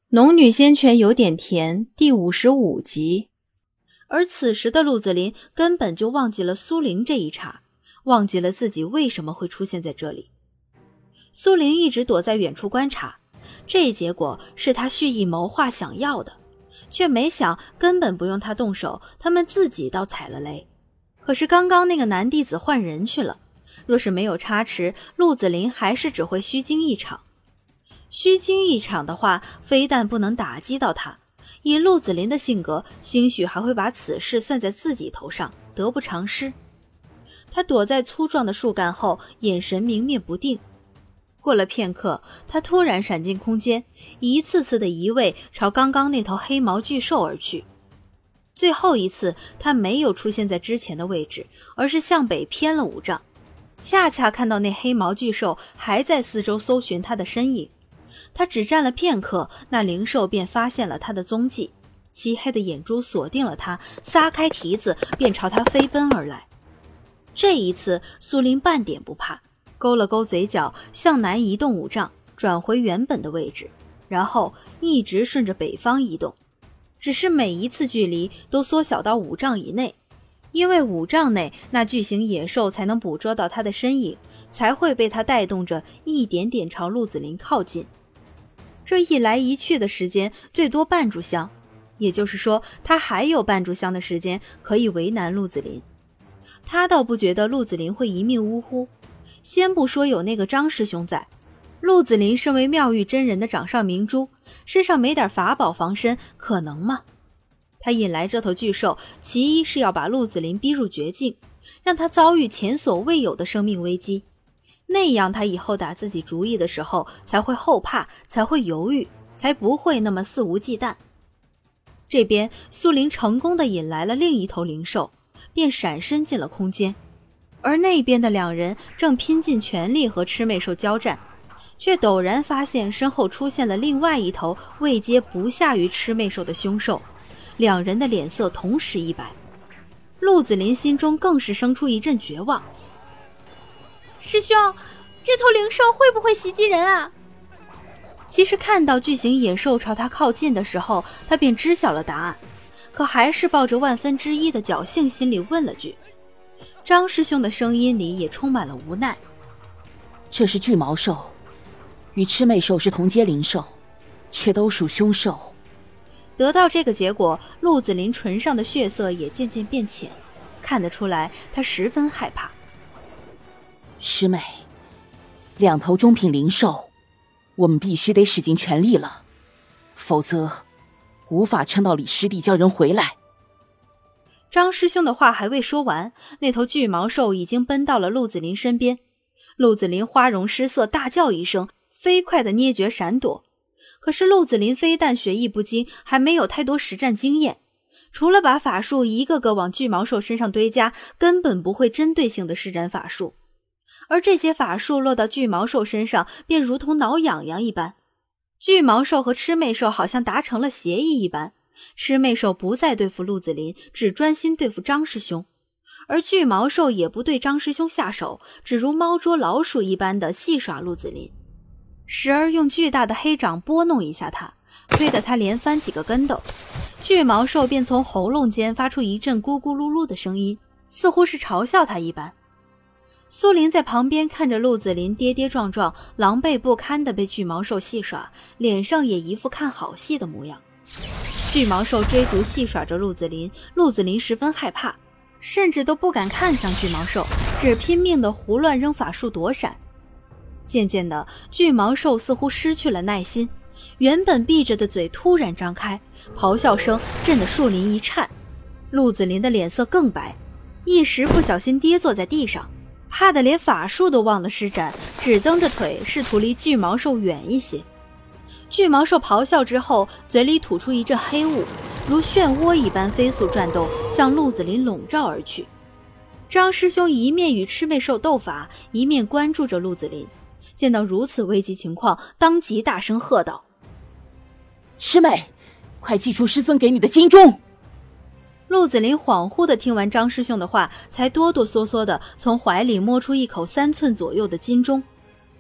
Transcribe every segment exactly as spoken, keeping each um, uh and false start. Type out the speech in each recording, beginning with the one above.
农女仙泉有点甜第五十五集。而此时的陆子霖根本就忘记了苏玲这一茬，忘记了自己为什么会出现在这里。苏玲一直躲在远处观察，这结果是他蓄意谋划想要的，却没想根本不用他动手，他们自己倒踩了雷。可是刚刚那个男弟子换人去了，若是没有差池，陆子霖还是只会虚惊一场。虚惊一场的话，非但不能打击到他，以陆子霖的性格，兴许还会把此事算在自己头上，得不偿失。他躲在粗壮的树干后，眼神明灭不定。过了片刻，他突然闪进空间，一次次的移位朝刚刚那头黑毛巨兽而去。最后一次，他没有出现在之前的位置，而是向北偏了五丈，恰恰看到那黑毛巨兽还在四周搜寻他的身影。他只站了片刻，那灵兽便发现了他的踪迹，漆黑的眼珠锁定了他，撒开蹄子便朝他飞奔而来。这一次苏林半点不怕，勾了勾嘴角，向南移动五丈，转回原本的位置，然后一直顺着北方移动。只是每一次距离都缩小到五丈以内，因为五丈内那巨型野兽才能捕捉到他的身影，才会被他带动着一点点朝陆子霖靠近。这一来一去的时间最多半炷香，也就是说他还有半炷香的时间可以为难陆子霖。他倒不觉得陆子霖会一命呜呼，先不说有那个张师兄在，陆子霖身为妙玉真人的掌上明珠，身上没点法宝防身可能吗？他引来这头巨兽，其一是要把陆子霖逼入绝境，让他遭遇前所未有的生命危机，那样他以后打自己主意的时候才会后怕，才会犹豫，才不会那么肆无忌惮。这边苏林成功地引来了另一头灵兽，便闪身进了空间，而那边的两人正拼尽全力和魑魅兽交战，却陡然发现身后出现了另外一头位阶不下于魑魅兽的凶兽，两人的脸色同时一白。陆子霖心中更是生出一阵绝望。 师兄，这头灵兽会不会袭击人啊？ 其实看到巨型野兽朝他靠近的时候，他便知晓了答案，可还是抱着万分之一的侥幸心理问了句。张师兄的声音里也充满了无奈。 这是巨毛兽，与魑魅兽是同阶灵兽，却都属凶兽。 得到这个结果，陆子霖唇上的血色也渐渐变浅，看得出来他十分害怕。 师妹，两头中品灵兽，我们必须得使尽全力了，否则无法撑到李师弟叫人回来。 张师兄的话还未说完，那头巨毛兽已经奔到了陆子霖身边。陆子霖花容失色，大叫一声，飞快地捏诀闪躲。可是陆子霖非但学艺不精，还没有太多实战经验，除了把法术一个个往巨毛兽身上堆加，根本不会针对性地施展法术。而这些法术落到巨毛兽身上，便如同挠痒痒一般。巨毛兽和魑魅兽好像达成了协议一般，魑魅兽不再对付陆子霖，只专心对付张师兄，而巨毛兽也不对张师兄下手，只如猫捉老鼠一般的戏耍陆子霖，时而用巨大的黑掌拨弄一下他，推得他连翻几个跟斗。巨毛兽便从喉咙间发出一阵咕咕噜噜的声音，似乎是嘲笑他一般。苏林在旁边看着陆子霖跌跌撞撞，狼狈不堪地被巨毛兽戏耍，脸上也一副看好戏的模样。巨毛兽追逐戏耍着陆子霖，陆子霖十分害怕，甚至都不敢看向巨毛兽，只拼命地胡乱扔法术躲闪。渐渐的，巨毛兽似乎失去了耐心，原本闭着的嘴突然张开，咆哮声震得树林一颤。陆子霖的脸色更白，一时不小心跌坐在地上，怕得连法术都忘了施展，只蹬着腿试图离巨毛兽远一些。巨毛兽咆哮之后，嘴里吐出一阵黑雾，如漩涡一般飞速转动，向陆子霖笼罩而去。张师兄一面与魑魅兽斗法，一面关注着陆子霖，见到如此危急情况，当即大声喝道： 师妹，快祭出师尊给你的金钟！ 陆子霖恍惚地听完张师兄的话，才哆哆嗦嗦地从怀里摸出一口三寸左右的金钟。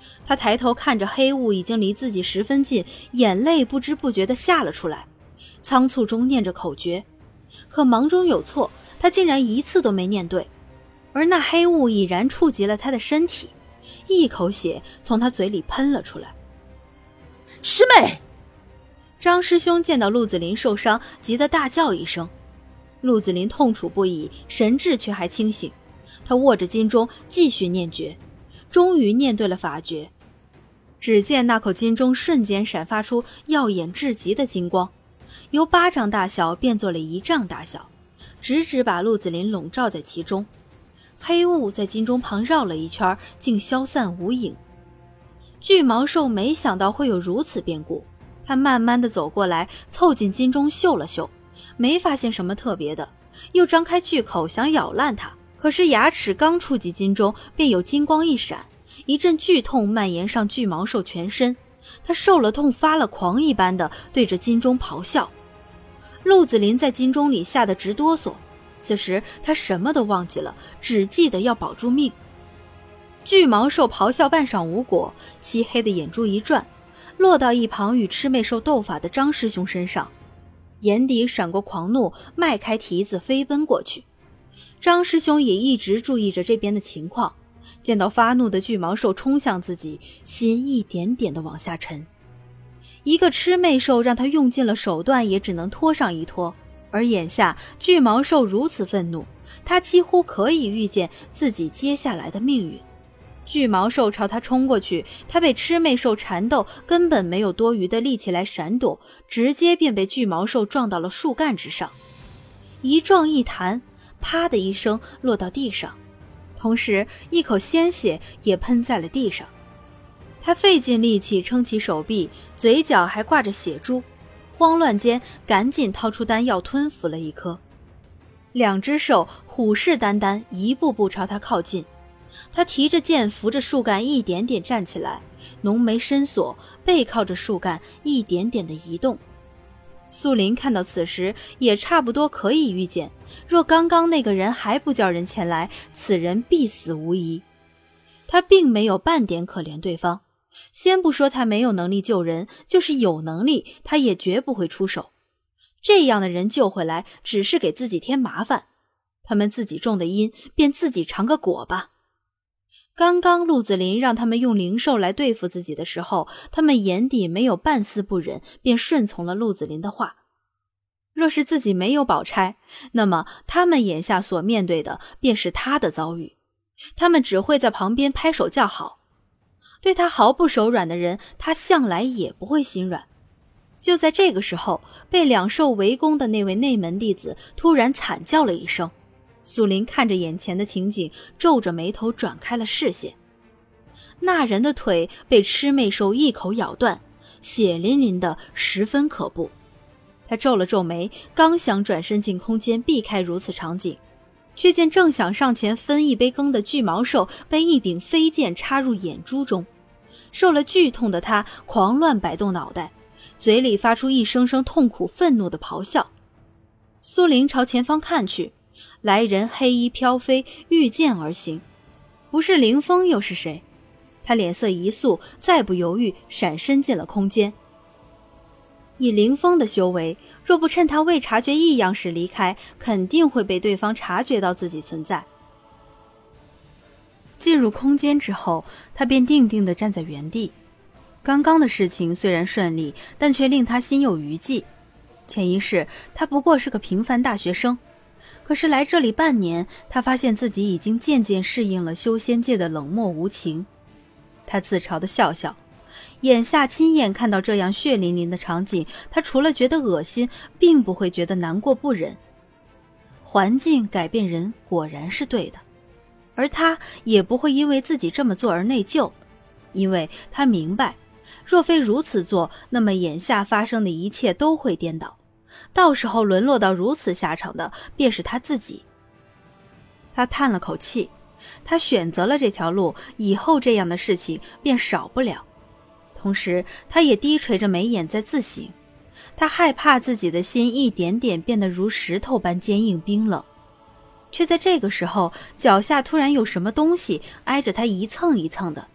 他抬头看着黑雾已经离自己十分近，眼泪不知不觉地下了出来，仓促中念着口诀，可忙中有错，他竟然一次都没念对，而那黑雾已然触及了他的身体，一口血从他嘴里喷了出来。 师妹！ 张师兄见到陆子霖受伤，急得大叫一声。陆子霖痛楚不已，神志却还清醒，他握着金钟继续念诀，终于念对了法诀。只见那口金钟瞬间闪发出耀眼至极的金光，由巴掌大小变作了一丈大小，直直把陆子霖笼罩在其中。黑雾在金钟旁绕了一圈，竟消散无影。巨毛兽没想到会有如此变故，他慢慢地走过来，凑近金钟嗅了嗅，没发现什么特别的，又张开巨口想咬烂它，可是牙齿刚触及金钟，便有金光一闪，一阵剧痛蔓延上巨毛兽全身，他受了痛发了狂一般的对着金钟咆哮。陆子霖在金钟里吓得直哆嗦，此时他什么都忘记了，只记得要保住命。巨毛兽咆哮半晌无果，漆黑的眼珠一转，落到一旁与魑魅兽斗法的张师兄身上，眼底闪过狂怒，迈开蹄子飞奔过去。张师兄也一直注意着这边的情况，见到发怒的巨毛兽冲向自己，心一点点地往下沉。一个魑魅兽让他用尽了手段，也只能拖上一拖，而眼下巨毛兽如此愤怒，他几乎可以预见自己接下来的命运。巨毛兽朝他冲过去，他被魑魅兽缠斗，根本没有多余的力气来闪躲，直接便被巨毛兽撞到了树干之上，一撞一弹，啪的一声落到地上，同时一口鲜血也喷在了地上。他费尽力气撑起手臂，嘴角还挂着血珠，慌乱间赶紧掏出丹药吞服了一颗。两只手虎视眈眈，一步步朝他靠近。他提着剑扶着树干一点点站起来，浓眉深锁，背靠着树干一点点的移动。苏林看到此时也差不多可以预见，若刚刚那个人还不叫人前来，此人必死无疑。他并没有半点可怜对方，先不说他没有能力救人，就是有能力他也绝不会出手。这样的人救回来只是给自己添麻烦，他们自己种的因便自己尝个果吧。刚刚陆子霖让他们用灵兽来对付自己的时候，他们眼底没有半丝不忍，便顺从了陆子霖的话。若是自己没有宝钗，那么他们眼下所面对的便是他的遭遇，他们只会在旁边拍手叫好。对他毫不手软的人，他向来也不会心软。就在这个时候，被两兽围攻的那位内门弟子突然惨叫了一声。苏林看着眼前的情景，皱着眉头转开了视线。那人的腿被魑魅兽一口咬断，血淋淋的，十分可怖。他皱了皱眉，刚想转身进空间避开如此场景，却见正想上前分一杯羹的巨毛兽被一柄飞剑插入眼珠中。受了剧痛的他狂乱摆动脑袋，嘴里发出一声声痛苦愤怒的咆哮。苏林朝前方看去，来人黑衣飘飞，御剑而行，不是凌风又是谁？他脸色一肃，再不犹豫，闪身进了空间。以凌风的修为，若不趁他未察觉异样时离开，肯定会被对方察觉到自己存在。进入空间之后，他便定定地站在原地。刚刚的事情虽然顺利，但却令他心有余悸。前一世他不过是个平凡大学生，可是来这里半年，他发现自己已经渐渐适应了修仙界的冷漠无情。他自嘲地笑笑，眼下亲眼看到这样血淋淋的场景，他除了觉得恶心，并不会觉得难过不忍。环境改变人果然是对的，而他也不会因为自己这么做而内疚，因为他明白，若非如此做，那么眼下发生的一切都会颠倒，到时候沦落到如此下场的便是他自己。他叹了口气，他选择了这条路，以后这样的事情便少不了。同时他也低垂着眉眼在自省，他害怕自己的心一点点变得如石头般坚硬冰冷。却在这个时候，脚下突然有什么东西挨着他一蹭一蹭的，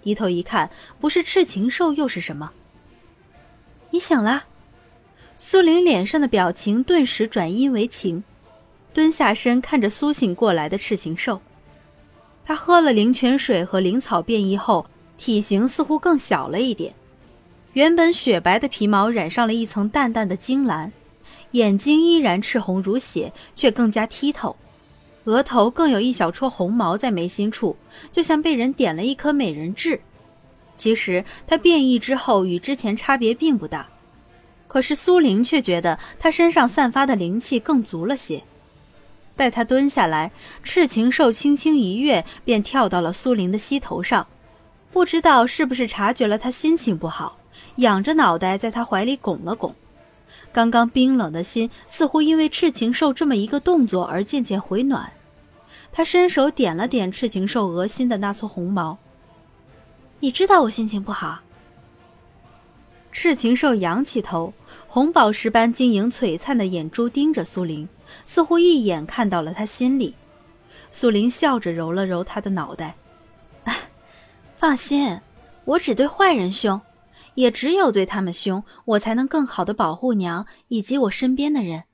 低头一看，不是赤禽兽又是什么？你醒了？苏玲脸上的表情顿时转阴为晴，蹲下身看着苏醒过来的赤禽兽。他喝了灵泉水和灵草变异后，体型似乎更小了一点，原本雪白的皮毛染上了一层淡淡的金蓝，眼睛依然赤红如血，却更加剔透，额头更有一小撮红毛在眉心处，就像被人点了一颗美人痣。其实他变异之后与之前差别并不大，可是苏玲却觉得他身上散发的灵气更足了些。待他蹲下来，赤禽兽轻轻一跃，便跳到了苏玲的膝头上，不知道是不是察觉了他心情不好，仰着脑袋在他怀里拱了拱。刚刚冰冷的心似乎因为赤禽兽这么一个动作而渐渐回暖。他伸手点了点赤禽兽额心的那撮红毛。你知道我心情不好？赤禽兽仰起头，红宝石般晶莹璀璨的眼珠盯着苏玲，似乎一眼看到了他心里。苏玲笑着揉了揉他的脑袋。放心，我只对坏人凶，也只有对他们凶，我才能更好地保护娘以及我身边的人。